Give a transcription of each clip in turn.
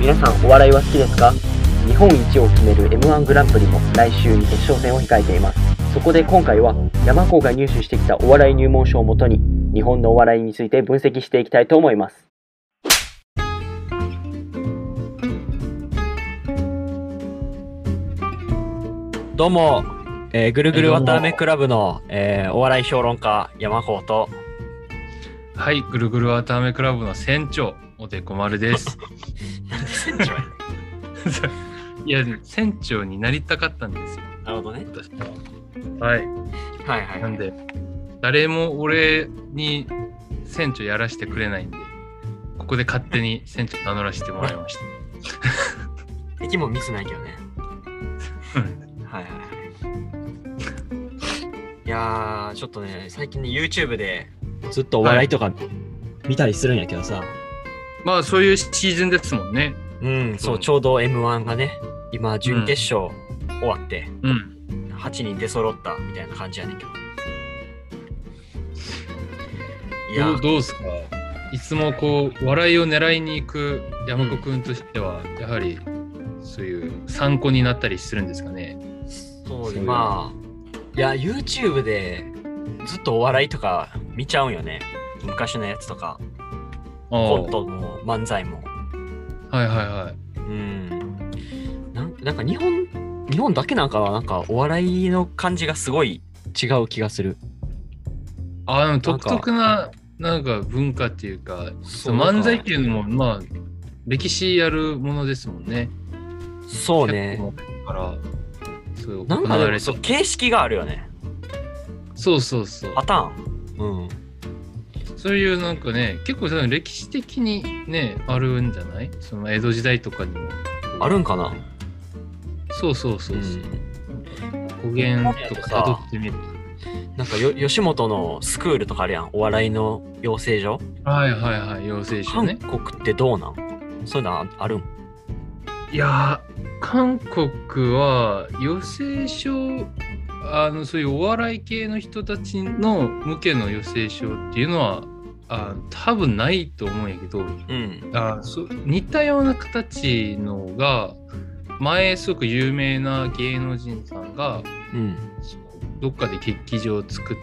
皆さんお笑いは好きですか？日本一を決める M1 グランプリも来週に決勝戦を控えています。そこで今回は山高が入手してきたお笑い入門書をもとに日本のお笑いについて分析していきたいと思います。 どうも、ぐるぐるわたあめクラブの、お笑い評論家山高と、 はい、ぐるぐるわたあめクラブの船長おでこ丸です。 船長やいや、船長になりたかったんですよ。 なるほどね。 はい。 はいはい。 なんで、誰も俺に船長やらせてくれないんで、ここで勝手に船長名乗らせてもらいました。 駅もミスないけどね。 うんはいはいはい。いやー、ちょっとね、最近ね、YouTube でずっとお笑いとか見たりするんやけどさ。 まあ、そういうシーズンですもんね。 うん、そう、ちょうど M1 がね、今、準決勝終わって、8人出揃ったみたいな感じやねんけど。 いや、どうすか？いつもこう、笑いを狙いに行く山子くんとしては、やはり、そういう参考になったりするんですかね？ そうね、まあ、いや、YouTube でずっとお笑いとか見ちゃうんよね。昔のやつとか、コントも漫才も。 はいはいはい。 なんか日本だけなんかはなんかお笑いの感じがすごい違う気がする。 でも独特ななんか文化っていうか、漫才っていうのもまあ歴史あるものですもんね。 そうね。 からそうなんかでもそう形式があるよね。 そうそうそう。 パターン。 そういうなんかね、結構その歴史的にねあるんじゃない？その江戸時代とかにもあるんかな。 そうそう。語源とか辿ってみる。 なんか吉本のスクールとかあるやん。お笑いの養成所。 はいはいはい、養成所ね。 韓国ってどうなん？そういうのあるん？ いやー、韓国は養成所、そういうお笑い系の人たちの向けの養成所っていうのは多分ないと思うんやけど、似たような形のが前すごく有名な芸能人さんが、どっかで劇場を作って、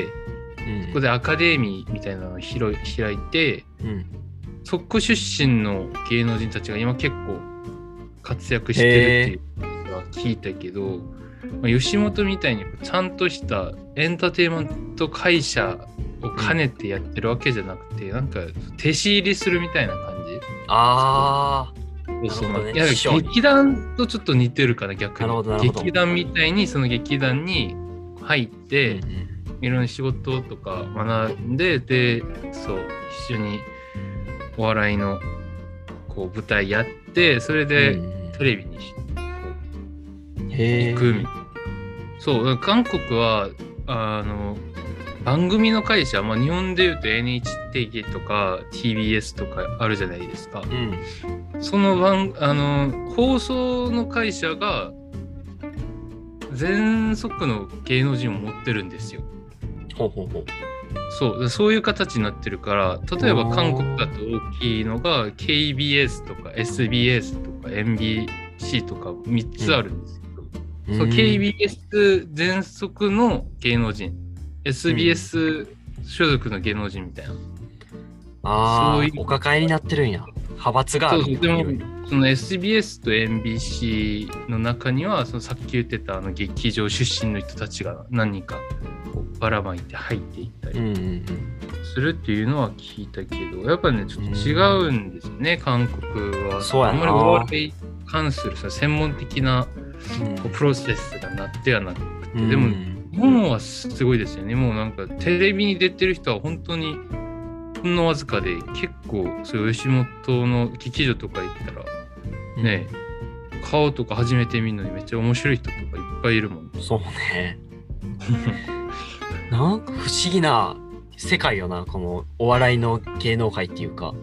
そこでアカデミーみたいなのを開いて、そこ出身の芸能人たちが今結構活躍してるっていうのは聞いたけど、吉本みたいにちゃんとしたエンターテインメント会社を兼ねてやってるわけじゃなくて、なんか弟子入りするみたいな感じ。いや劇団とちょっと似てるかな、逆に。劇団みたいにその劇団に入って、いろんな仕事とか学んで、そう一緒にお笑いのこう舞台やって、それでテレビに行くみたいな。そう、韓国は番組の会社、日本でいうと NHK とか TBS とかあるじゃないですか。その放送の会社が全速の芸能人を持ってるんですよ。そういう形になってるから、例えば韓国だと大きいのが KBS とか SBS とか MBC とか3つあるんですけど、そう KBS 全速の芸能人、SBS 所属の芸能人みたいな。 そういうお抱えになってるんや。派閥がある。 でもその SBS と MBC の中にはそのさっき言ってた劇場出身の人たちが何人かこうばらまいて入っていったりするっていうのは聞いたけど、やっぱねちょっと違うんですよね、韓国は。 そうやな。 あんまりお笑いに関する専門的なプロセスがなってはなくて、でも日本はすごいですよね。もうなんかテレビに出てる人は本当にほんのわずかで、結構そういう吉本の劇場とか行ったらね、顔とか初めて見るのにめっちゃ面白い人とかいっぱいいるもん。 そうね。なんか不思議な世界よな、このお笑いの芸能界っていうか。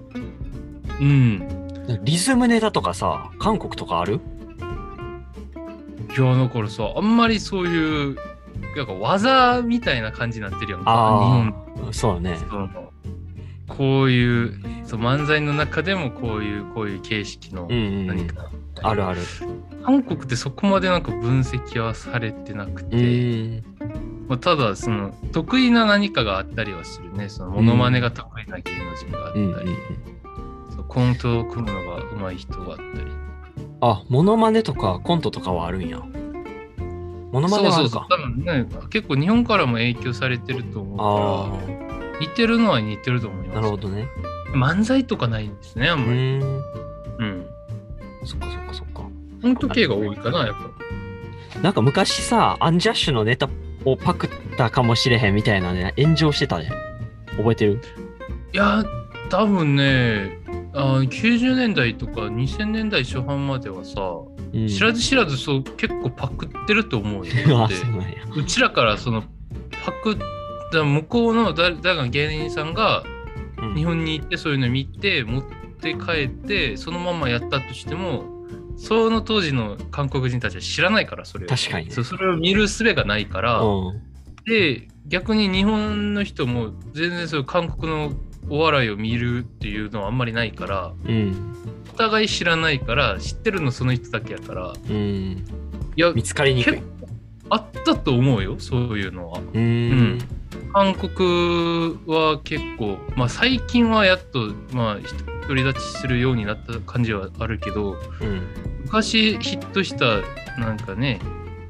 リズムネタとかさ、韓国とかある？ いやだからさ、あんまりそういうなんか技みたいな感じになってるよ。日本。 そうね。 こういうそう漫才の中でもこういう形式の何か、 あるある。 韓国ってそこまでなんか分析はされてなくて、まあ、ただその得意な何かがあったりはするね。そのモノマネが得意な芸能人があったり、そうコントを組むのが上手い人があったり。 あ、モノマネとかコントとかはあるんや。モノマネはあるか。 多分ね、結構日本からも影響されてると思うから、似てるのは似てると思います。 なるほどね。 漫才とかないんですね、あんまり。 そっかそっかそっか。 コント系が多いかな、やっぱ。 なんか昔さ、アンジャッシュのネタをパクったかもしれへんみたいなね、炎上してたね。覚えてる？ いや、多分ね、90年代とか2000年代初半まではさ、知らず知らずそう結構パクってると思うよ。うちらからそのパクった向こうの誰か芸人さんが日本に行ってそういうの見て持って帰ってそのままやったとしても、その当時の韓国人たちは知らないからそれを。 確かに、ね、 それを見る術がないから、で逆に日本の人も全然そういう韓国のお笑いを見るっていうのはあんまりないから、お互い知らないから知ってるのその人だけやから、いや見つかりにくい。 あったと思うよ、そういうのは。韓国は結構、まあ最近はやっとまあ独り立ちするようになった感じはあるけど、昔ヒットしたなんかね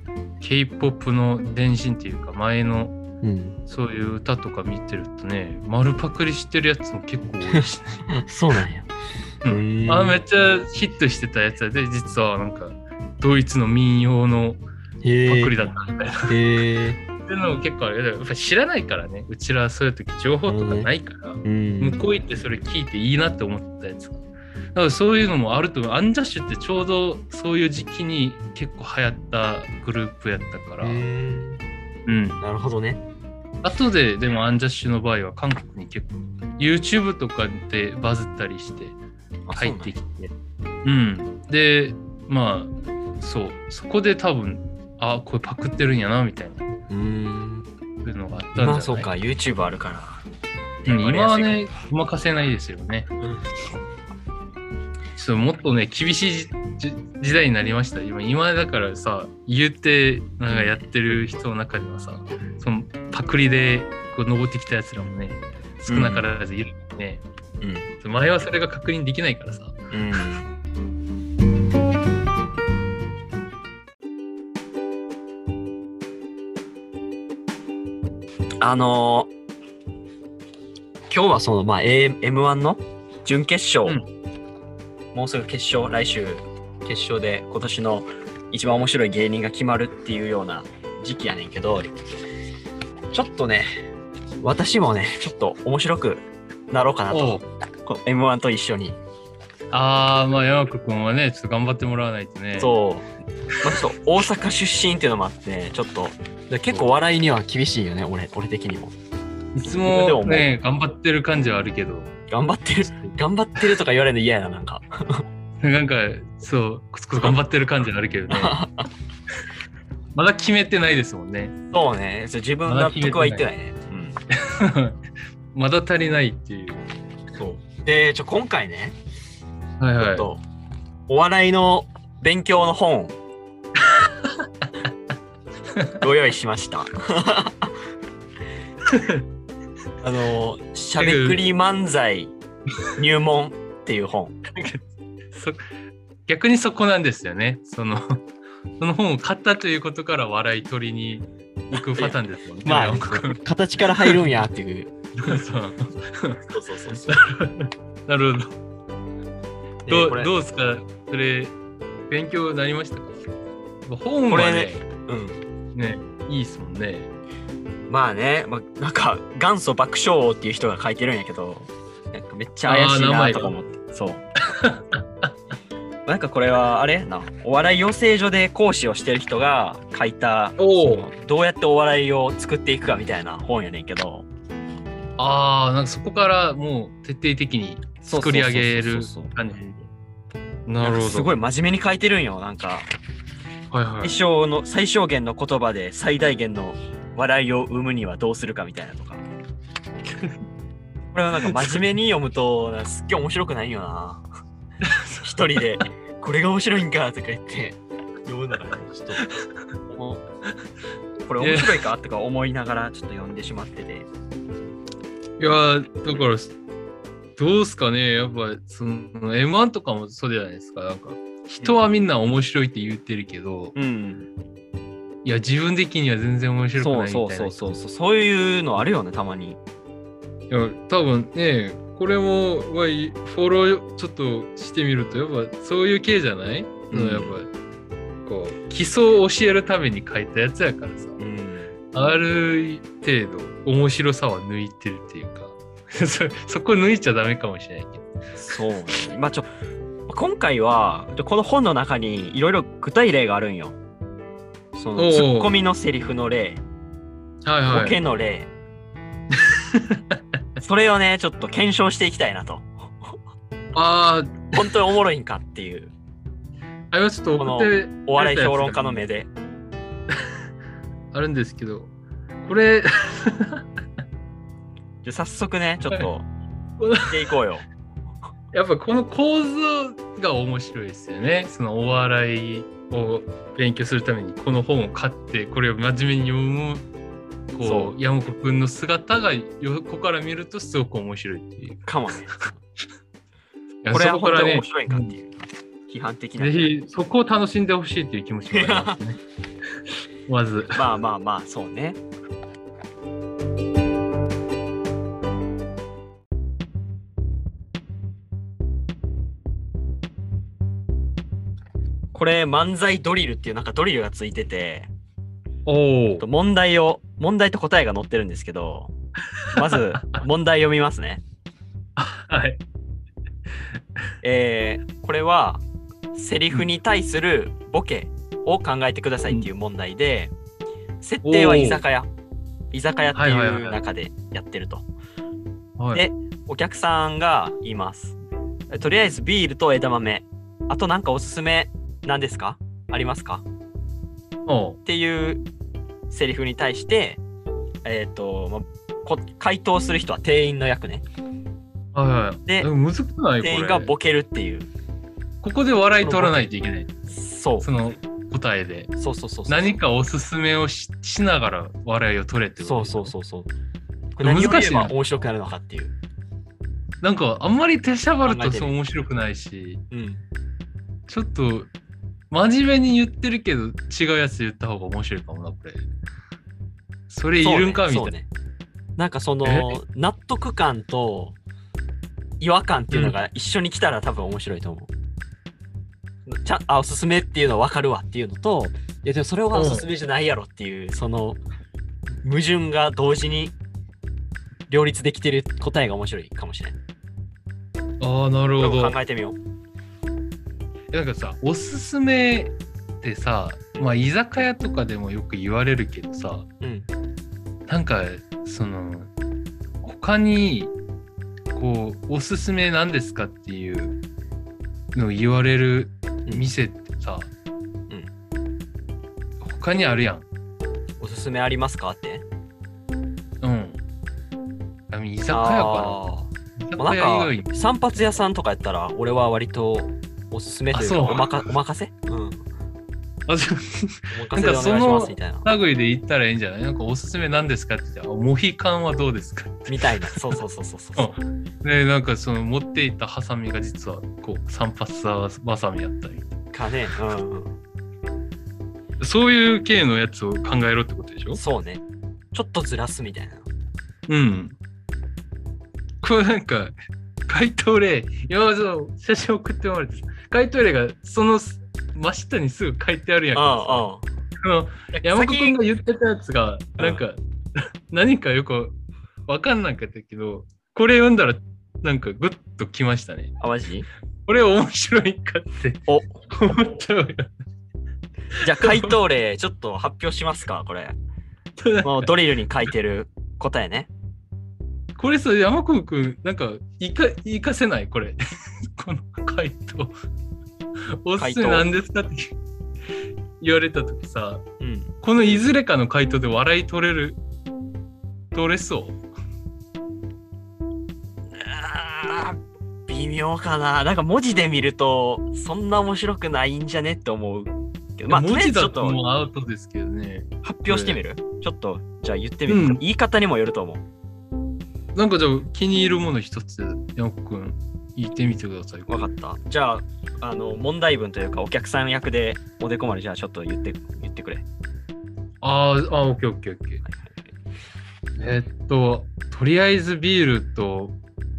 K-POP の前身っていうか前のそういう歌とか見てるとね、丸パクリしてるやつも結構多いしね。 そうなんや。 めっちゃヒットしてたやつで、実はなんかドイツの民謡のパクリだったみたいな。っていうのも結構あるけど、やっぱ知らないからね、うちらそういう時情報とかないから、向こう行ってそれ聞いていいなって思ったやつ。だからそういうのもあると思う。アンジャッシュってちょうどそういう時期に結構流行ったグループやったから。 なるほどね。 後ででもアンジャッシュの場合は韓国に結構 YouTube とかでバズったりして入ってきて、でまあそこで多分これパクってるんやなみたいなそういうのがあったんじゃない？ 今そうか YouTube あるから、 今はねごまかせないですよね。もっとね厳しい時代になりました。今だからさ、言ってなんかやってる人の中にはさ、そのパクリでこう登ってきたやつらもね少なからずいるよね。前はそれが確認できないからさ。 今日はそのM1 の準決勝、もうすぐ決勝、来週決勝で今年の一番面白い芸人が決まるっていうような時期やねんけど、ちょっとね私もねちょっと面白くなろうかなと、この M1 と一緒に。 まあ山子くんはねちょっと頑張ってもらわないとね。 そう、ちょっと大阪出身っていうのもあってちょっと結構笑いには厳しいよね、俺的にも。 いつもね頑張ってる感じはあるけど、 頑張ってるとか言われるの嫌やな、なんかなんかそうコツコツ頑張ってる感じはあるけどね。まだ決めてないですもんね。 そうね、自分納得は言ってないね。 まだ足りないっていう。 そうで今回ね、ちょっとお笑いの勉強の本ご用意しました。しゃべくり漫才入門っていう本。 逆にそこなんですよね。その本を買ったということから笑い取りに行くパターンですよね。 まあ形から入るんやっていう。そう。 なるほど。どうですか、それ勉強になりましたか？本はね、ね、いいですもんね。 まあね、なんか元祖爆笑王っていう人が書いてるんやけど、なんかめっちゃ怪しいなとか思って。そう。なんかこれはあれな、お笑い養成所で講師をしてる人が書いたどうやってお笑いを作っていくかみたいな本やねんけど。 なんかそこからもう徹底的に作り上げる感じ。なるほど。 すごい真面目に書いてるんよ。なんか、最小限の言葉で最大限の笑いを生むにはどうするかみたいなとか。これはなんか真面目に読むとすっげえ面白くないよな。一人でこれが面白いんかとか言って読むのがね、ちょっとこれ面白いかとか思いながらちょっと読んでしまってて。 いやだからどうすかね、やっぱその M1 とかもそうじゃないですか。なんか人はみんな面白いって言ってるけど、 うん、 いや自分的には全然面白くないみたいな。 そういうのあるよね、たまに。 いや多分ね、これも、まあ、フォローちょっとしてみるとやっぱそういう系じゃない、うん、やっぱこう基礎を教えるために書いたやつやからさ、うん、ある程度面白さは抜いてるっていうかそこ抜いちゃダメかもしれないけど。 そう、まあ今回はこの本の中にいろいろ具体例があるんよ。そのツッコミのセリフの例、 はいはい、 ボケの例それをねちょっと検証していきたいなと。 ああ本当におもろいんかっていう。 あれはちょっとこのお笑い評論家の目であるんですけど、これじゃ早速ねちょっと見ていこうよ。 やっぱこの構造が面白いですよね。そのお笑いを勉強するためにこの本を買ってこれを真面目に読むこう山子くんの姿が横から見るとすごく面白いっていうかもね。これは本当に面白いんかっていう、批判的な。 ぜひそこを楽しんでほしいっていう気持ちがありますね。まずまあそうね。これ漫才ドリルっていうなんかドリルがついてて、問題と答えが載ってるんですけど、まず問題読みますね。 はい。 これはセリフに対するボケを考えてくださいっていう問題で、設定は居酒屋っていう中でやってると。で、お客さんが言います。とりあえずビールと枝豆、あとなんかおすすめ何ですか？ありますか？っていうセリフに対して、回答する人は店員の役ね。で、 むずくない？ 店員がボケるっていう。 ここで笑い取らないといけない。 そう。 その答えで。 そう。 何かおすすめを しながら笑いを取れってこと。 そう。これ何を言えば面白くなるのかっていう。 なんかあんまり手しゃばるとそう面白くないし、ちょっと真面目に言ってるけど違うやつ言った方が面白いかもな、これ。それいるんかみたいな。 なんかその納得感と違和感っていうのが一緒に来たら多分面白いと思う。おすすめっていうのは分かるわっていうのと、いやでもそれはおすすめじゃないやろっていう、その矛盾が同時に両立できてる答えが面白いかもしれない。 ああ、なるほど。 考えてみよう。 なんかさ、おすすめってさ、まあ居酒屋とかでもよく言われるけどさ、なんかその他にこうおすすめなんですかっていうのを言われる店ってさ、他にあるやん。 おすすめありますかって。 居酒屋かな。 なんか散髪屋さんとかやったら俺は割とおすすめというかお任せ。 なんかその類で言ったらいいんじゃない？なんかおすすめなんですかって言ったら、モヒカンはどうですかみたいな。そう。 で、なんかその持っていたハサミが実はこう散髪バサミやったりかね。 そういう系のやつを考えろってことでしょ？ そうね。ちょっとずらすみたいな。 これなんか回答例、今まで写真送ってもらって、回答例がその真下にすぐ書いてあるやんか。山子くんが言ってたやつがなんか何かよく分かんなかったけど、これ読んだらなんかグッときましたね。 あ、マジ？ これ面白いかって思っちゃうよ。 じゃあ回答例ちょっと発表しますか。これもうドリルに書いてる答えね。 これさ、山子くんなんか活かせないこれこの回答おすすめなんですかって言われたときさ、このいずれかの回答で笑い取れそう？ 微妙かな。なんか文字で見ると、そんな面白くないんじゃねって思うけど。まあ、とりあえ文字ずちょっとだともうアウトですけどね。 発表してみる？ちょっと、じゃあ言ってみる、 うん言い方にもよると思う。 なんかじゃあ気に入るもの一つ、ヤマコくん、言ってみてください。 わかった。じゃあ、問題文というか、お客さん役でおでこまる、じゃあちょっと言ってくれ。 オッケーオッケーオッケー。とりあえずビールと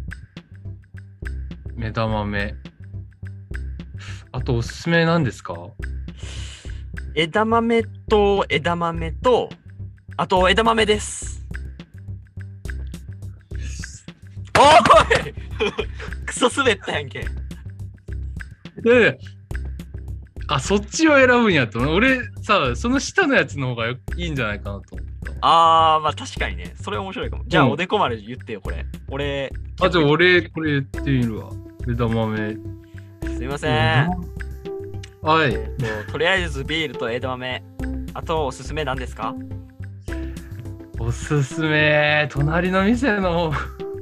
目玉目。あとおすすめなんですか？ 枝豆と枝豆と、あと枝豆です。おーいクソ滑ったやんけ。 で、そっちを選ぶんやと。俺さ、その下のやつの方がいいんじゃないかなと思った。 まあ確かにね。それ面白いかも。じゃあ、 うんおでこ丸言ってよ、これ。俺。 じゃあ俺これ言ってみるわ。枝豆。 すいません。 はい。 とりあえずビールと枝豆。あと、おすすめなんですか？ おすすめ、隣の店の。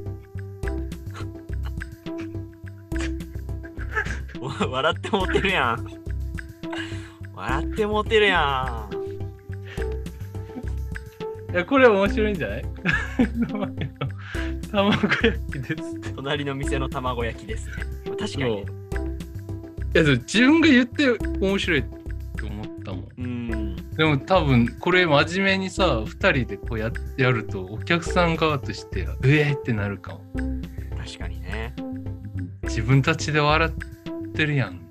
笑ってもうてるやん。笑ってもうてるやん。 いや、これ面白いんじゃない？卵焼きですって。 隣の店の卵焼きですね。確かに、ね。 いや、自分が言って面白いって思ったもん。でも多分これ真面目にさ、2人でこうやるとお客さん側としてってなるかも。 確かにね。 自分たちで笑ってるやん。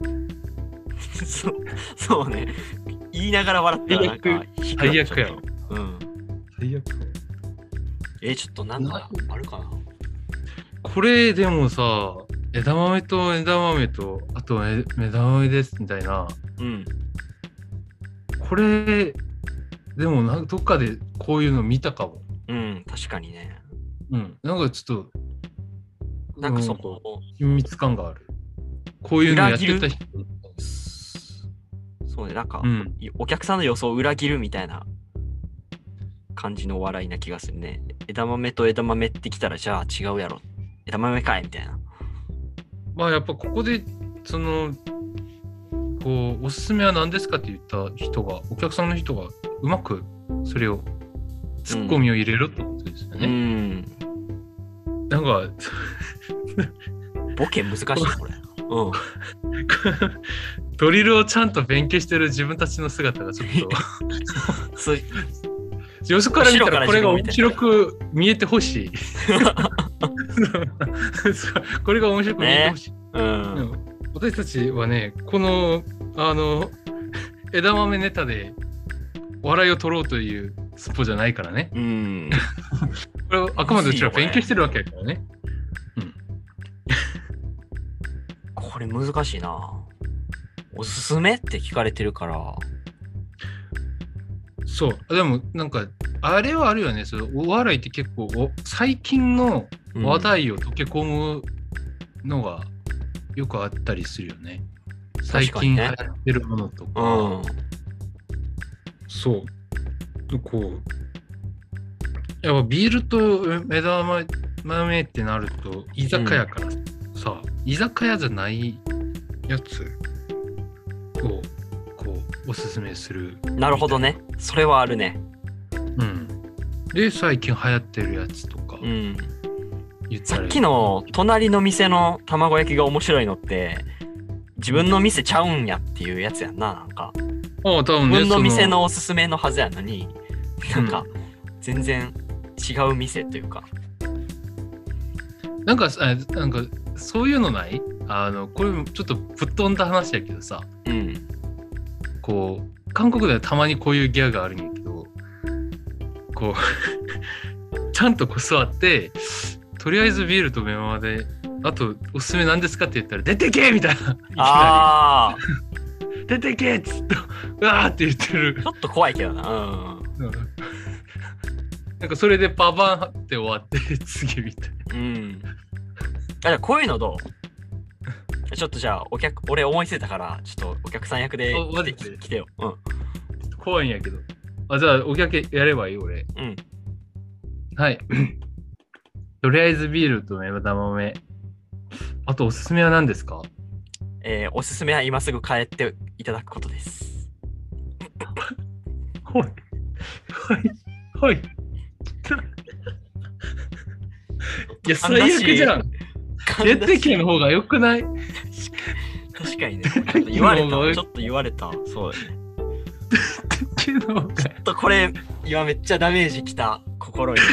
そうね。言いながら笑ってるなんか最悪やろ。最悪。 ちょっとなんかあるかな。 これでもさ、枝豆と枝豆とあと目玉目ですみたいな。これでもどっかでこういうの見たかも。 確かにね。 なんかちょっとなんか秘密感がある。こういうのやってた人。 そうね、なんか、お客さんの予想を裏切るみたいな感じのお笑いな気がするね。枝豆と枝豆ってきたらじゃあ違うやろ。枝豆かいみたいな。 まあやっぱここでこうおすすめは何ですかって言った人が、お客さんの人がうまくそれをツッコミを入れるってことですよね。なんかボケ難しいこれ。 ドリルをちゃんと勉強してる自分たちの姿がちょっとよそから見たらこれが面白く見えてほしい。これが面白く見えてほしい。私たちはね、この枝豆ネタで笑いを取ろうというスポじゃないからね。これはあくまでうちら勉強してるわけだからね。 これ難しいな。おすすめって聞かれてるから。 そう。でもなんかあれはあるよね。お笑いって結構最近の話題を溶け込むのがよくあったりするよね。最近流行ってるものとか。そう。こうやっぱビールと目玉豆ってなると居酒屋からさ、居酒屋じゃないやつをこうおすすめする。 なるほどね。それはあるね。 で最近流行ってるやつとか、 さっきの隣の店の卵焼きが面白いのって自分の店ちゃうんやっていうやつやんな。なんか多分、 自分の店のおすすめのはずやのに、なんか全然違う店というか、 なんかそういうのない？これちょっとぶっ飛んだ話やけどさ、こう韓国ではたまにこういうギャグがあるんやけど、こうちゃんとこう座ってとりあえずビールとメモであとおすすめなんですかって言ったら出てけみたいな。出てけっつってうわーって言ってる。 ちょっと怖いけどな。 なんかそれでパバンって終わって次みたいじゃあこういうのどう？ちょっとじゃあ俺思いついたからちょっとお客さん役で来てよ。 怖いんやけど。じゃあお客やればいい俺。はい。とりあえずビールと目玉目。 あとおすすめは何ですか？ おすすめは今すぐ帰っていただくことです。 はい。はい。はい。いや、最悪じゃん。出てけの方が良くない？ 確かにね。ちょっと言われた。ちょっと言われた。そうだね。 ちょっとこれ、今めっちゃダメージきた。心に。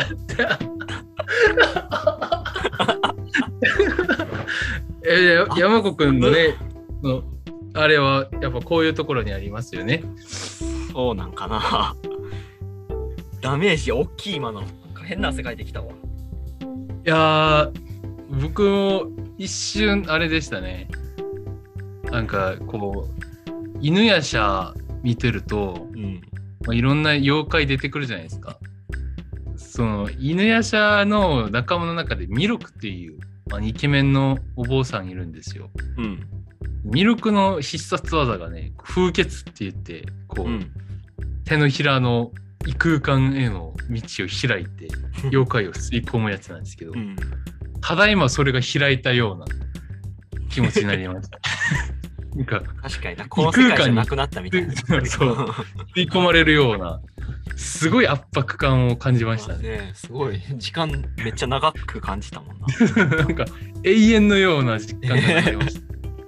山子くんのね、あれはやっぱこういうところにありますよね。 そうなんかな。ダメージ大きい今の。変な汗かいてきたわ。 いやー、僕も一瞬あれでしたね。なんかこう犬夜叉見てると、いろんな妖怪出てくるじゃないですか。その犬夜叉の仲間の中で弥勒っていう、イケメンのお坊さんいるんですよ。弥勒の必殺技がね、風穴って言ってこう、手のひらの異空間への道を開いて妖怪を吸い込むやつなんですけど、ただいまそれが開いたような気持ちになりました。なんか確かにな、この世界じゃなくなったみたいな。 そう吸い込まれるようなすごい圧迫感を感じましたね。 すごい時間めっちゃ長く感じたもんな。 なんか永遠のような実感がありました。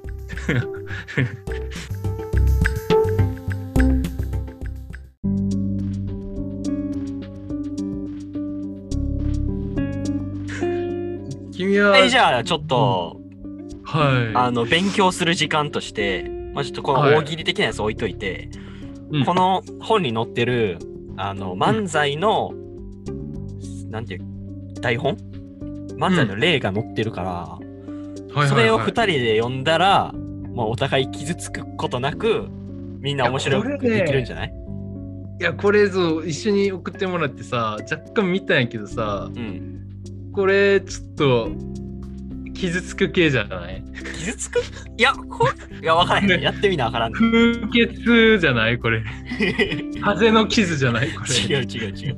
君はじゃあちょっと、勉強する時間として、ちょっとこの大喜利的なやつ置いといて、この本に載ってる漫才の、なんていう台本漫才の例が載ってるから、それを2人で読んだら、もうお互い傷つくことなくみんな面白くできるんじゃない？ いや、これぞ一緒に送ってもらってさ、若干見たんやけどさ、これちょっと傷つく系じゃない？ 傷つく？いや、分からへん。やってみな分からん。 風穴じゃないこれ。風の傷じゃないこれ。 違う。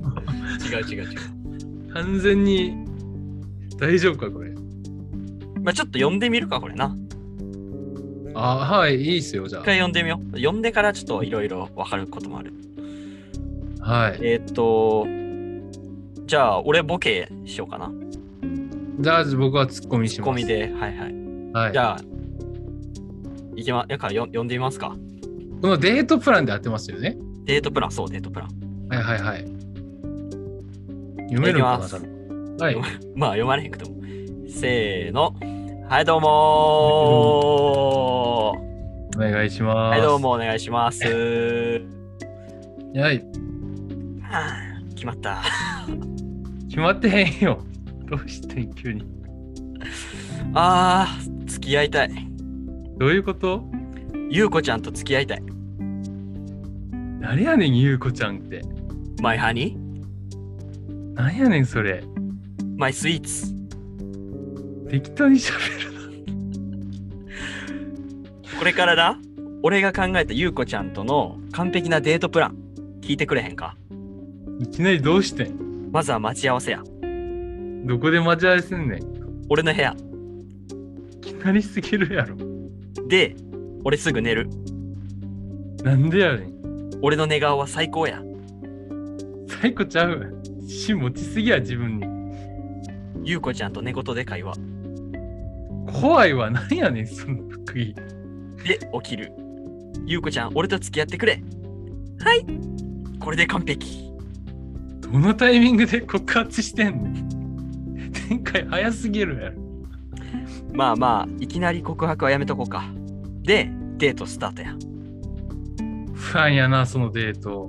完全に大丈夫かこれ。 ちょっと読んでみるかこれな。 はい、いいっすよ、じゃあ。 一回読んでみよう。読んでからちょっといろいろ分かることもある。 はい。 じゃあ俺ボケしようかな。 じゃあ僕はツッコミします。 ツッコミで、はい。じゃあ読んでみますか。 このデートプランで合ってますよね。 デートプラン。はい。 読めるかな？ はい。読まれへんくても。せーの。はい、どうもお願いします。 はい、どうもお願いします。 はい。 決まった。 決まってへんよ。どうしてん急に。 付き合いたい。 どういうこと？ ゆうこちゃんと付き合いたい。 誰やねんゆうこちゃんって。 マイハニー？なんやねんそれ。 マイスイーツ。 適当に喋るな。 これからだ、俺が考えたゆうこちゃんとの完璧なデートプラン聞いてくれへんか？ いきなりどうしてん？ まずは待ち合わせや。 どこで待ち合わせんねん？ 俺の部屋。 いきなりすぎるやろ。 で、俺すぐ寝る。 なんでやねん。 俺の寝顔は最高や。 最高ちゃう。自信持ちすぎや自分に。 ゆうこちゃんと寝言で会話。 怖いわ。なんやねんその福井。 で、起きる。ゆうこちゃん、俺と付き合ってくれ。はい。これで完璧。 どのタイミングで告発してんの？展開早すぎるやろ。 いきなり告白はやめとこうか。で、デートスタートや。 不安やな、そのデート。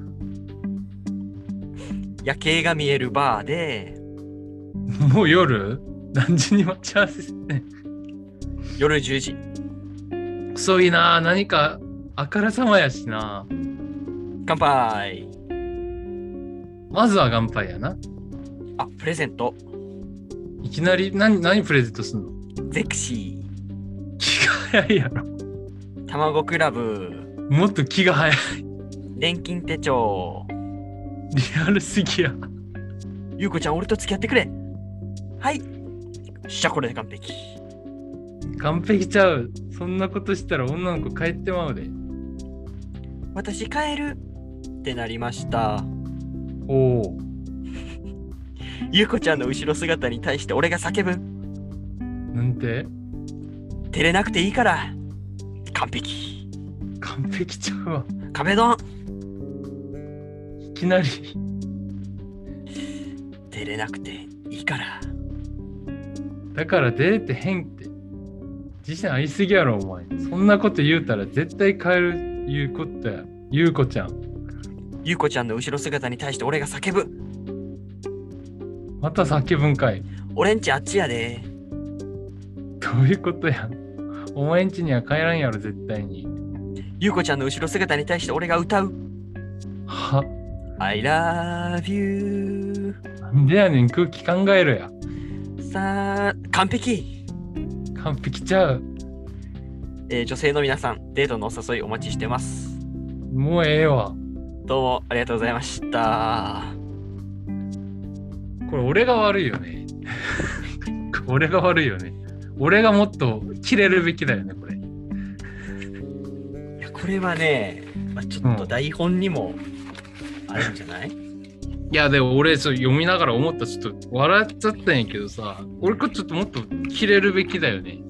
夜景が見えるバーで。 もう夜？何時に待ち合わせしてん？ 夜10時。 遅いな。何かあからさまやしな。 乾杯。 まずは乾杯やな。 プレゼント。 いきなり何プレゼントすんの？ ゼクシー。 気が早いやろ。 卵クラブ。 もっと気が早い。 錬金手帳。 リアルすぎや。 ゆうこちゃん、俺と付き合ってくれ。はい。これで完璧。 完璧ちゃう。そんなことしたら女の子帰ってまうで。 私帰るってなりました。 おお。 ゆうこちゃんの後ろ姿に対して俺が叫ぶ。 なんて？ 照れなくていいから。完璧。 完璧ちゃうわ。 壁ドン。 いきなり。 照れなくていいから。 だから出てへんって。自信ありすぎやろ、お前。そんなこと言うたら絶対帰る言うことや。ゆうこちゃん。 ゆうこちゃんの後ろ姿に対して俺が叫ぶ。 また叫ぶんかい。 俺んちあっちやで。 どういうことや。お前んちには帰らんやろ、絶対に。 ゆうこちゃんの後ろ姿に対して俺が歌う。 は I love you。 なんでやねん、空気考えろや。 さあ、完璧。 完璧ちゃう。 女性の皆さん、デートのお誘いお待ちしてます。 もうええわ。 どうもありがとうございました。 これ俺が悪いよね。俺が悪いよね。俺がもっとキレるべきだよね、これ。いや、これはね、ちょっと台本にもあるんじゃない？ いや、でも俺読みながら思った。ちょっと笑っちゃったんやけどさ、俺これちょっともっとキレるべきだよね。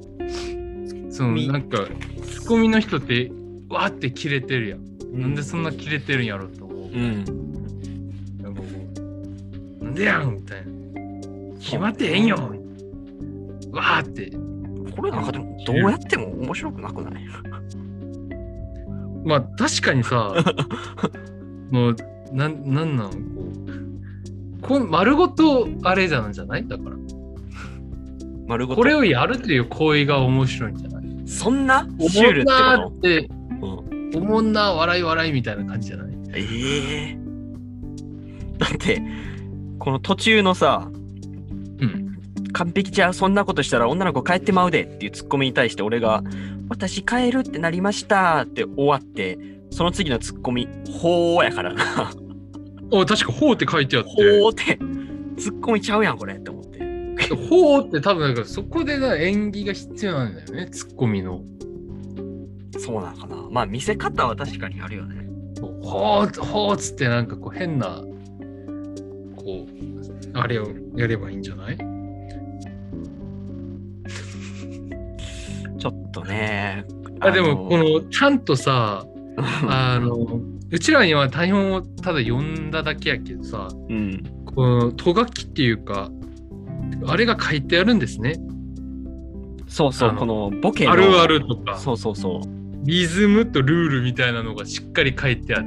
なんかツッコミの人ってわーってキレてるやん。なんでそんなキレてるんやろと思う。なんかこう、なんでやんみたいな。決まってへんよ。わーって。 これなんかでもどうやっても面白くなくない？ まあ確かにさ、もうなんなのこう丸ごとあれじゃないだから。 丸ごと。 これをやるっていう行為が面白いんじゃない？ そんなシュールってこと？ っておもんな笑い笑いみたいな感じじゃない？ だってこの途中のさ、完璧ちゃう、そんなことしたら女の子帰ってまうでっていうツッコミに対して俺が私帰るってなりましたって終わって、その次のツッコミほーやからな。 確かほーって書いてあって、 ほーってツッコミちゃうやんこれって思って。 ほーって多分なんかそこで演技が必要なんだよね、ツッコミの。 そうなのかな。まあ見せ方は確かにあるよね。 ほーっつってなんかこう変なこうあれをやればいいんじゃない？ ちょっとね。 でもこのちゃんとさうちらには台本をただ読んだだけやけどさ、このとがきっていうかあれが書いてあるんですね。 そうそう、このボケのあるあるとか、 そうリズムとルールみたいなのがしっかり書いてあって、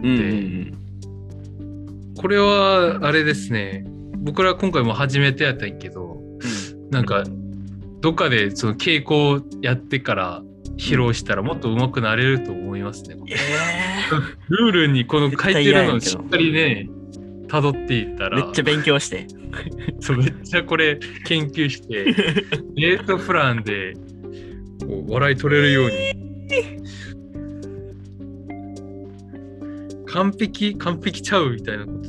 これはあれですね。僕ら今回も初めてやったんやけど、なんかどっかでその稽古をやってから披露したらもっと上手くなれると思いますね。ルールにこの書いてるのをしっかりね辿っていったら、 めっちゃ勉強してそうめっちゃこれ研究してデートプランでこう笑い取れるように完璧ちゃうみたいなこと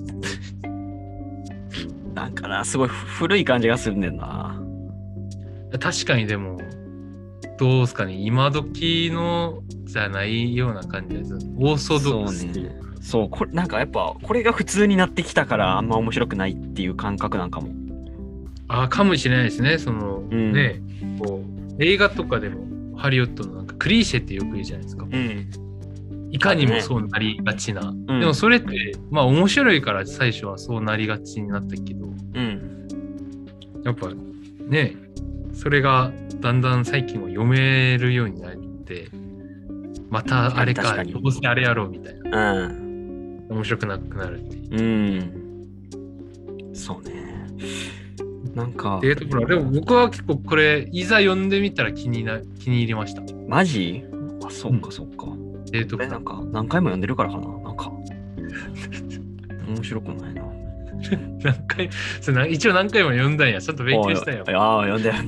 なんかな、すごい古い感じがするんだよな。 確かに。でもどうすかね、今時のじゃないような感じです。オーソドックス。 そうこれなんかやっぱこれが普通になってきたからあんま面白くないっていう感覚なんかも。 かもしれないですね。ね、こう映画とかでもハリウッドのなんかクリーシェってよく言うじゃないですか。いかにもそうなりがちな。でもそれってまあ面白いから最初はそうなりがちになったけど、やっぱね、それがだんだん最近は読めるようになって、またあれか、どうせあれやろうみたいな。面白くなくなるっていう。 そうね。なんか。 デートプラン、でも僕は結構これ、いざ読んでみたら気に入りました。 マジ？そっか。 デートプラン。 なんか何回も読んでるからかな。なんか。面白くないな。 一応何回も読んだんや。ちょっと勉強したよ。 読んだ。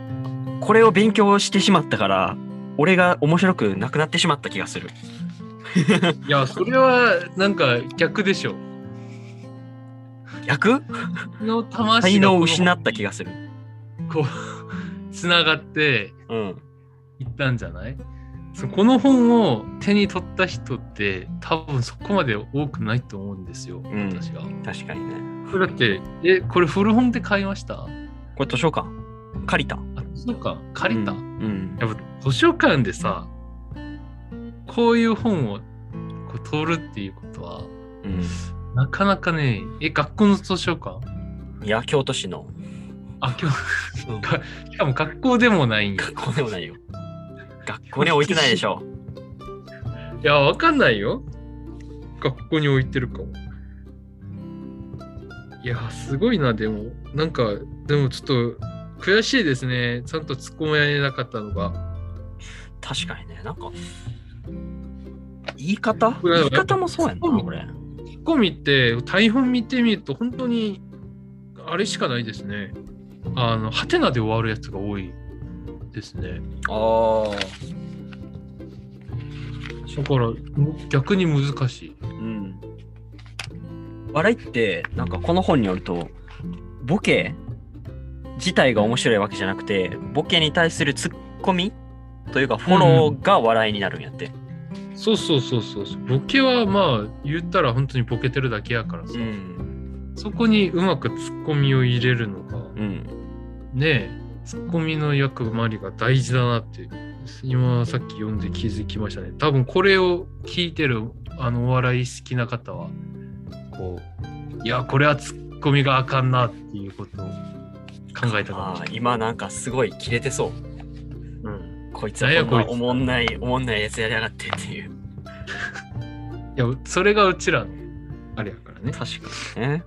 これを勉強してしまったから俺が面白くなくなってしまった気がする。 いや、それはなんか逆でしょ。 逆？ の魂才が能を失った気がする。 こうつながってうん。 いったんじゃない？この本を手に取った人って多分そこまで多くないと思うんですよ、 ん私が。 確かにね。 これだって、これ古本で買いました？ これ図書館借りた。 あ、図書館借りた？ うん。 やっぱ図書館でさ、こういう本をこう取るっていうことは、 うん。 なかなかね、学校の図書館？ いや、京都市の。 あ、今うん日、しかも学校でもないんや。 学校でもないよ。学校には置いてないでしょ。 いや、わかんないよ。学校に置いてるかも。いや、すごいな、でも。なんか、でもちょっと悔しいですね。ちゃんと突っ込めなかったのが。 確かにね、なんか、言い方これ言い方もそうやんな、これ。 ツッコミって台本見てみると本当にあれしかないですね。ハテナで終わるやつが多いですね。 ああ。 だから逆に難しい。 うん。笑いってなんかこの本によるとボケ自体が面白いわけじゃなくて、ボケに対するツッコミというかフォローが笑いになるんやって。 そうそうそうそう。ボケはまあ言ったら本当にボケてるだけやからさ、そこにうまくツッコミを入れるのが、ねえ、ツッコミの役割が大事だなって今さっき読んで気づきましたね。多分これを聞いてるお笑い好きな方はこう、いやこれはツッコミがあかんなっていうことを考えたかもしれない。 今なんかすごいキレてそう。こいつはこんなおもんないやつやりやがってっていう。 いや、それがうちらのあれやからね。 確かにね。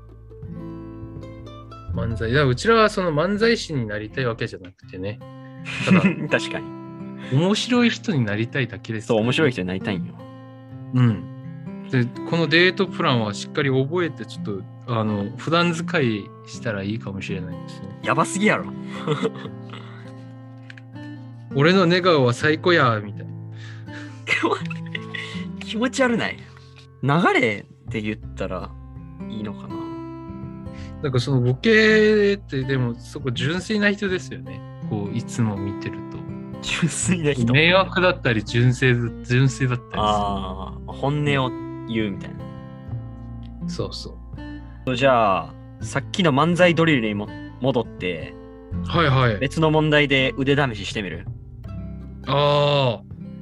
漫才。だからうちらはその漫才師になりたいわけじゃなくてね。ただ確かに。 面白い人になりたいだけです、ね。 そう、面白い人になりたいんよ。 うん。で、このデートプランはしっかり覚えて、ちょっと、普段使いしたらいいかもしれないですね。 やばすぎやろ。 俺の寝顔は最高や、みたいな。 気持ち悪ない。流れで言ったらいいのかな。 なんかそのボケってでもそこ純粋な人ですよね。こういつも見てると。 純粋な人。 迷惑だったり純粋だったりする。 ああ、本音を言うみたいな。 そうそう。 じゃあ、さっきの漫才ドリルに戻って、 はいはい。 別の問題で腕試ししてみる？ ああ。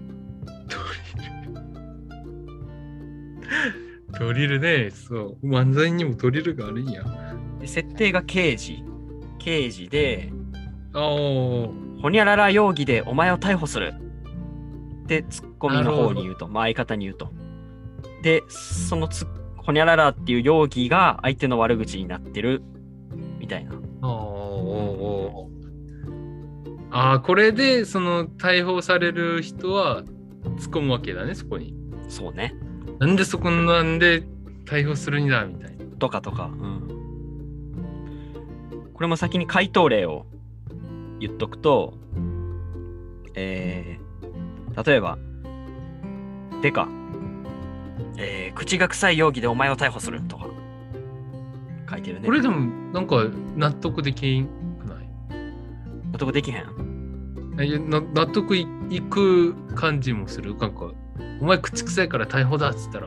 ドリルね。そう。漫才にもドリルがあるんや。 で設定が刑事で、 ほにゃらら容疑でお前を逮捕するでツッコミの方に言うと、まあ相方に言うと。で、そのほにゃららっていう容疑が相手の悪口になってるみたいな。 ああ、これでその逮捕される人は突っ込むわけだね、そこに。 そうね。 なんでそこなんで逮捕するんだみたいな。 とか。これも先に回答例を言っとくと、例えば、でか、口が臭い容疑でお前を逮捕するとか書いてるね。 これでもなんか納得できんくない？ 納得できへん？ 納得いく感じもする。なんかお前口臭いから逮捕だっつったら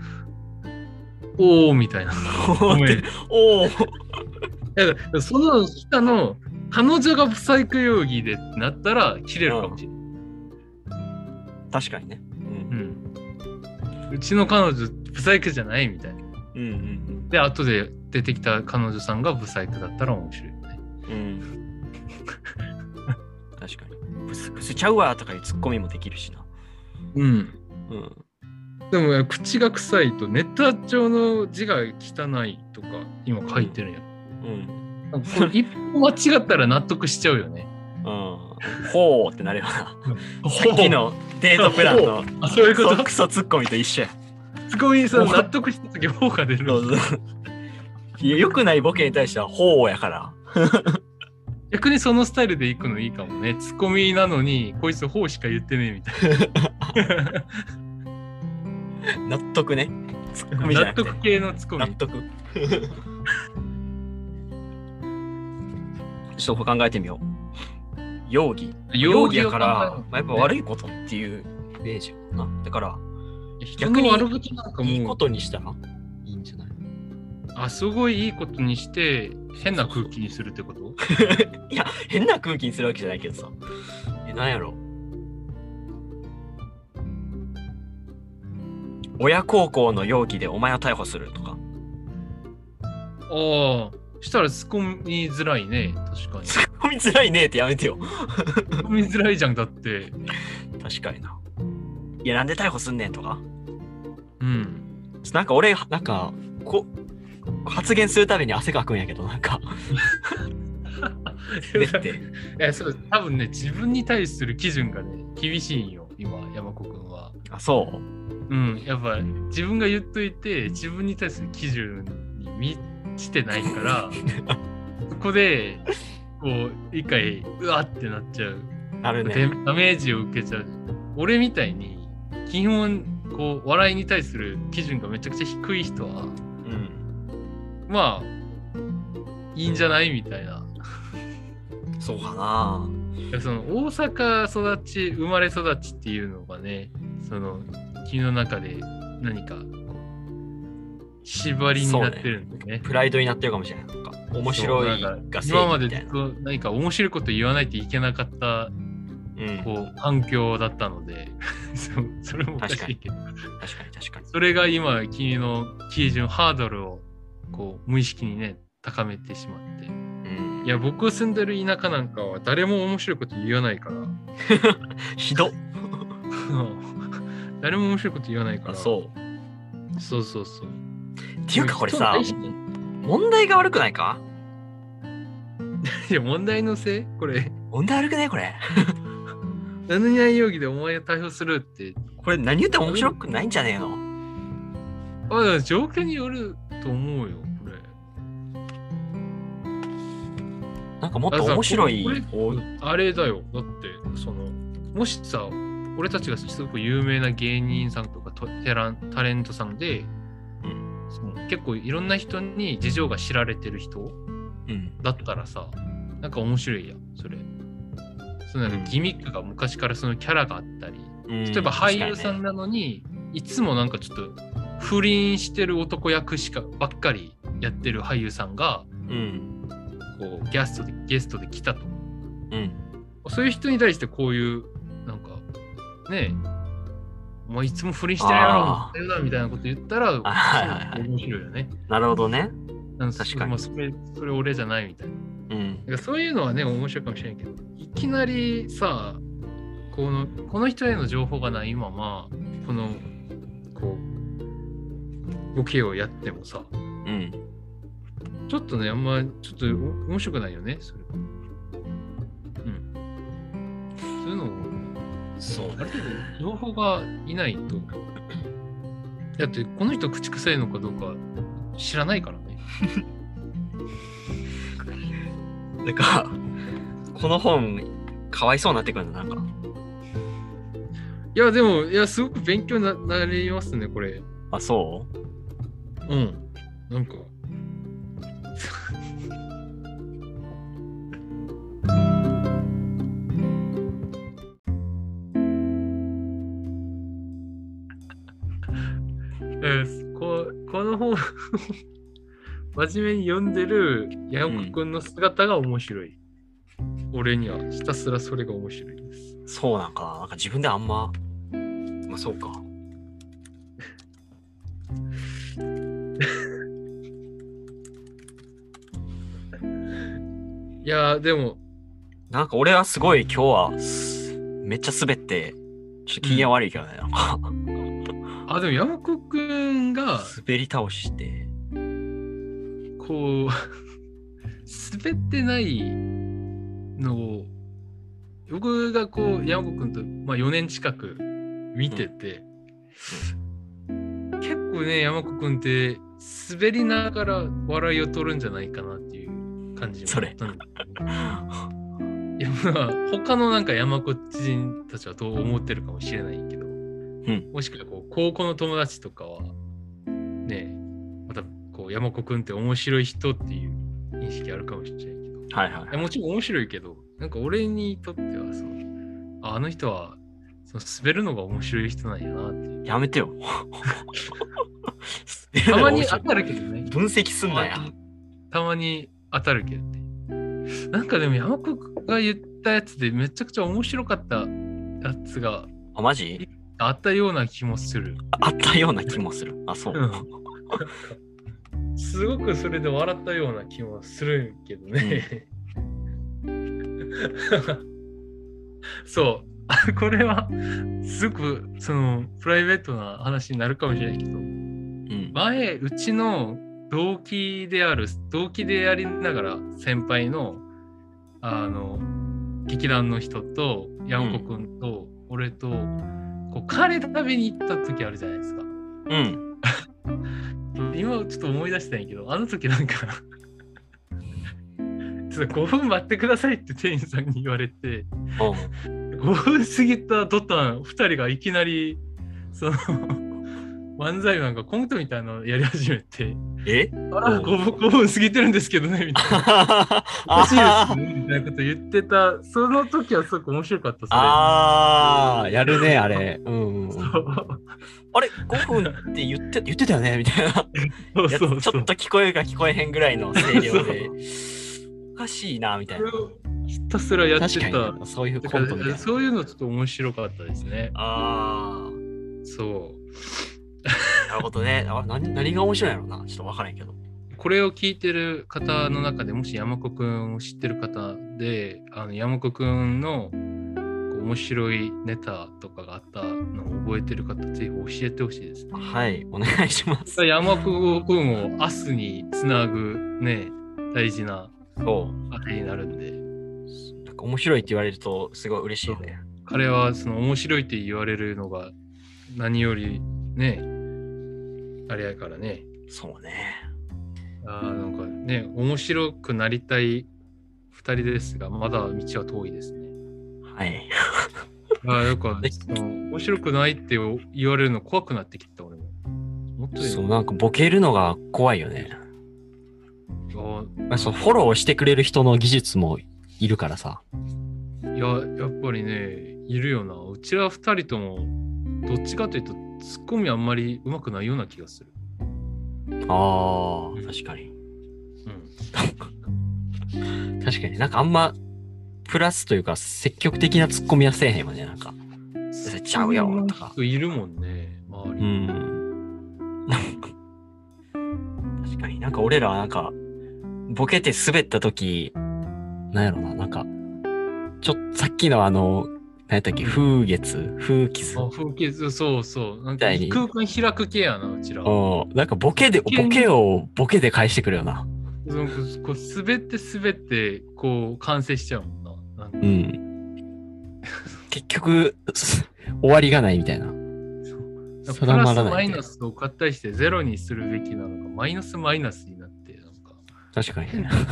おーみたいな。ごめん。 おお。その人の彼女がブサイク容疑でなったら切れるかもしれない。 確かにね。 うちの彼女ブサイクじゃないみたいな。で、後で出てきた彼女さんがブサイクだったら面白いよね。 確かに。ブスちゃうわとかいうツッコミもできるしな。 でも口が臭いとネタ帳の字が汚いとか今書いてるんや。一歩間違ったら納得しちゃうよね。 ほうってなるよな。さっきのデートプランのそういうことクソツッコミと一緒や。 ツッコミさ納得した時ほうが出る。 よくないボケに対してはほうやから。 逆にそのスタイルでいくのいいかもね。ツッコミなのにこいつほうしか言ってねえみたいな。 納得ね。ツッコミじゃなくて納得系のツッコミ。 納得。ちょっと考えてみよう。容疑やから、まあ、やっぱ悪いことっていうイメージかな。だから逆に悪口なんかもいいことにしたらいいんじゃない？ すごいいいことにして変な空気にするってこと？ いや、変な空気にするわけじゃないけどさ。なんやろ。親孝行の容疑でお前を逮捕するとか。 したら突っ込みづらいね。確かに。 突っ込みづらいねってやめてよ。 突っ込みづらいじゃん、だって。 確かにな。いや、なんで逮捕すんねんとか。 うん。 なんか俺、なんか、発言するたびに汗かくんやけど、なんか。 そう、多分ね、自分に対する基準がね、厳しいんよ、今、山子くんは。 そううん、やっぱ自分が言っといて、自分に対する基準に満ちてないから、そこで、こう、一回、うわってなっちゃう。 なるね。 ダメージを受けちゃう。俺みたいに、基本、こう、笑いに対する基準がめちゃくちゃ低い人は、まあ、いいんじゃないみたいな。 そうかな。 その大阪育ち、生まれ育ちっていうのがね、その君の中で何かこう縛りになってるんで ね。 プライドになってるかもしれない。なんか面白いが正義みたいな。 今までずっと何か面白いこと言わないといけなかった、こう環境だったので、それもおかしいけど。確かに。それが今君の基準、ハードルをこう無意識にね高めてしまって。いや、僕住んでる田舎なんかは誰も面白いこと言わないから。 ひどっ。 誰も面白いこと言わないから。 そう。っていうかこれさ、問題が悪くないか？ いや、問題のせいこれ。 問題悪くないこれ。 何々容疑でお前を逮捕するって。 これ何言っても面白くないんじゃねえの？ 状況によると思うよ。 なんかもっと面白い。 あれだよ。だって、もしさ、俺たちがすごく有名な芸人さんとかタレントさんで、結構いろんな人に事情が知られてる人、だったらさ、なんか面白いやん、それ。なんかギミックが昔からそのキャラがあったり、例えば俳優さんなのに、いつもなんかちょっと不倫してる男役ばっかりやってる俳優さんが、こうゲストで来たと、そういう人に対してこういうなんかねえ、お前いつも不倫してるやろみたいなこと言ったら面白いよね。 なるほどね。 確かに。それ俺じゃないみたいな。そういうのはね面白いかもしれないけど、いきなりさ、この人への情報がないままこうボケをやってもさ。ちょっとね、ちょっと面白くないよね、それは。そういうのを、ある程度情報がいないと。だって、この人口臭いのかどうか知らないからね。 なんか、この本、かわいそうになってくるんだ、なんか。 いや、でも、すごく勉強になりますね、これ。 そう？ なんか。この本真面目に読んでる山子くんの姿が面白い。俺にはひたすらそれが面白いです。 そうなんか自分であんまそうか。 いやでもなんか俺はすごい今日はめっちゃ滑ってちょっと機嫌悪いけどね、なんかでも山子くんが滑り倒してこう滑ってないのを僕がこう山子くんと、4年近く見てて、結構ね山子くんって滑りながら笑いを取るんじゃないかなっていう感じそれいや他のなんか山子人たちはどう思ってるかもしれないけど、 うんもしくはこう高校の友達とかは、ね、またこう山子くんって面白い人っていう認識あるかもしれないけど、 はいはい。 もちろん面白いけど、なんか俺にとってはあの人は滑るのが面白い人なんやなっていう。 やめてよ。 たまに当たるけどね。 分析すんなや。 たまに当たるけどね。なんかでも山子が言ったやつでめちゃくちゃ面白かったやつがあ、マジあったような気もする。 あったような気もする。あ、そう。 すごくそれで笑ったような気もするけどね。そう。これはすごくプライベートな話になるかもしれないけど、前うちの同期でありながら先輩の劇団の人と山子くんと俺とこうカレー食べに行った時あるじゃないですか。今ちょっと思い出したんやけど、あの時なんかちょっと5分待ってくださいって店員さんに言われて、5分過ぎた途端2人がいきなり漫才マンがコントみたいなのやり始めて、5分過ぎてるんですけどねみたいな、おかしいですねみたいなこと言ってた。その時はすごく面白かった。 やるねあれ。あれ5分って言ってたよねみたいな。ちょっと聞こえるか聞こえへんぐらいの声量でおかしいなみたいな。 ひたすらやってた。 そういうコントみたいな。 そういうのちょっと面白かったですね。そう。 なるほどね。何が面白いのな、ちょっと分からんけど。 これを聞いてる方の中でもし山子くんを知ってる方で、山子くんの面白いネタとかがあったのを覚えてる方、ぜひ教えてほしいですね。 はい、お願いします。 山子くんを明日につなぐね、大事なあれになるんで。 なんか面白いって言われるとすごい嬉しいよね。 彼は面白いって言われるのが何よりね、あれやからね。 そうね。 なんかね、面白くなりたい2人ですが、まだ道は遠いですね。 はい。 なんか面白くないって言われるの怖くなってきた俺も。 なんかボケるのが怖いよね。フォローしてくれる人の技術もいるからさ。 やっぱりね、いるよな。うちら2人ともどっちかというとツッコミあんまりうまくないような気がする。 確かに。確かになんかあんまプラスというか積極的なツッコミはせえへんわね。なんかちゃうよとかいるもんね、周り。 確かになんか俺らはなんかボケて滑った時なんやろな、なんかさっきの何やったっけ、風月そうそう。なんか空間開く系やな、うちら。 なんかボケで返してくるよな。 こう滑ってこう完成しちゃうもんな。 結局終わりがないみたいな。 プラスマイナスを合体してゼロにするべきなのか、マイナスマイナスになってなんか。 確かに。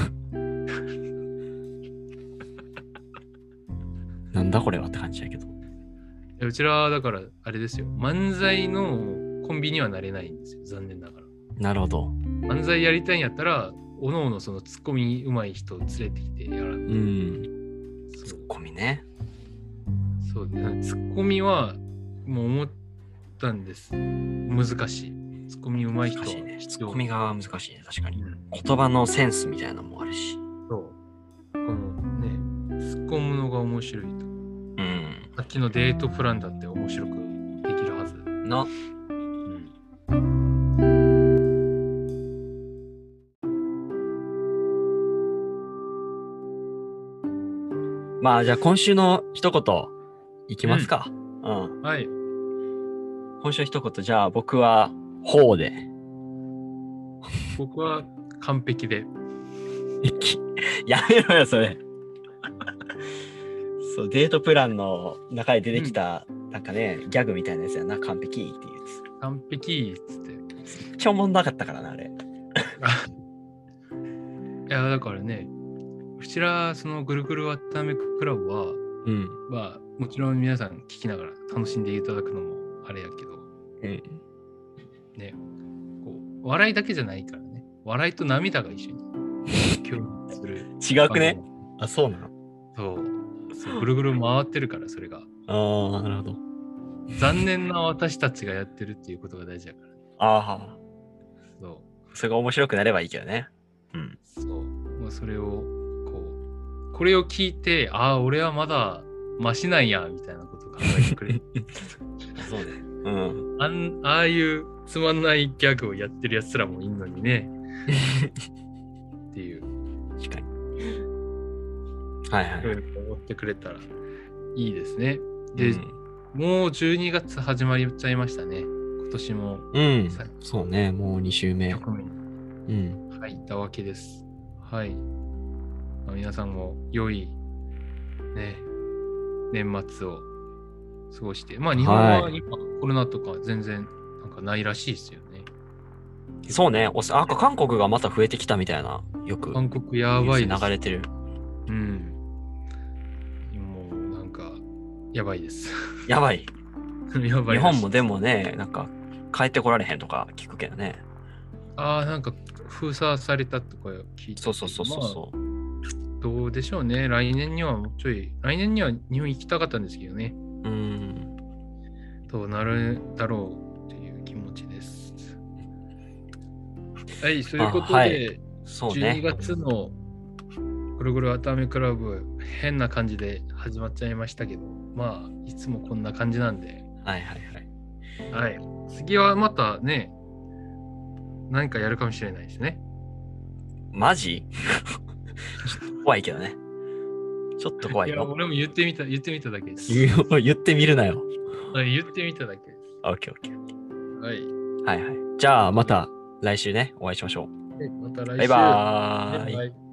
なんだこれはって感じだけど。 うちらだからあれですよ、漫才のコンビにはなれないんですよ、残念ながら。 なるほど。 漫才やりたいんやったらおのおのツッコミ上手い人を連れてきてやらんと。 ツッコミね。 そうね、ツッコミはもう思ったんです。難しい。ツッコミ上手い人は。 難しいね。ツッコミが難しいね、確かに。言葉のセンスみたいなのもあるし。 そう。このね、突っ込むのが面白いと。さっきのデートプランだって面白くできるはず。 まあじゃあ今週の一言いきますか。 はい。 今週の一言、じゃあ僕はほうで。 僕は完璧で。 やめろよそれ。そう、デートプランの中で出てきた、なんかね、ギャグみたいなやつやな、完璧っていうやつ。 完璧っつって。 めっちゃおもんなかったからな、あれ。 いや、だからね、うちら、ぐるぐるわっためクラブは、まあ、もちろん皆さん聞きながら楽しんでいただくのもあれやけど、 うん。 ね、こう笑いだけじゃないからね。笑いと涙が一緒に共有する。 違くね。あ、そうなの。 そう、ぐるぐる回ってるからそれが。 ああ、なるほど。 残念な私たちがやってるっていうことが大事だから。 ああ、 そそれが面白くなればいいけどね。うん。 う、そう。もうそれをこれを聞いて、ああ、俺はまだマシなんやみたいなことを考えてくれる。 そうね。うん。 ああいうつまんないギャグをやってるやつらもいんのにね。っていう。 確かに。はいはい。 そういうのを思ってくれたらいいですね。で、もう12月始まっちゃいましたね。今年も。 うん。そうね。もう2週目。 局面に入ったわけです。はい。皆さんも良い、ね、年末を過ごして。まあ日本は今コロナとか全然なんかないらしいですよね。 そうね。韓国がまた増えてきたみたいな。よく。 韓国やばいです。 流れてる。 うん。もうなんか、やばいです。 やばい。 やばい。 日本もでもね、なんか帰ってこられへんとか聞くけどね。 ああ、なんか封鎖されたとか聞いて。 そう。 どうでしょうね。来年には来年には日本行きたかったんですけどね。どうなるだろうという気持ちです。はい、そういうことで、12月のぐるぐるわたあめクラブ、変な感じで始まっちゃいましたけど、まあ、いつもこんな感じなんで。はい。次はまたね、何かやるかもしれないですね。 マジ怖いけどね。ちょっと怖いよ。 いや、俺も言ってみただけです。 言ってみるなよ。 言ってみただけです。 オッケー。 はい。 じゃあ、また来週ね、お会いしましょう。 また来週。 バイバーイ。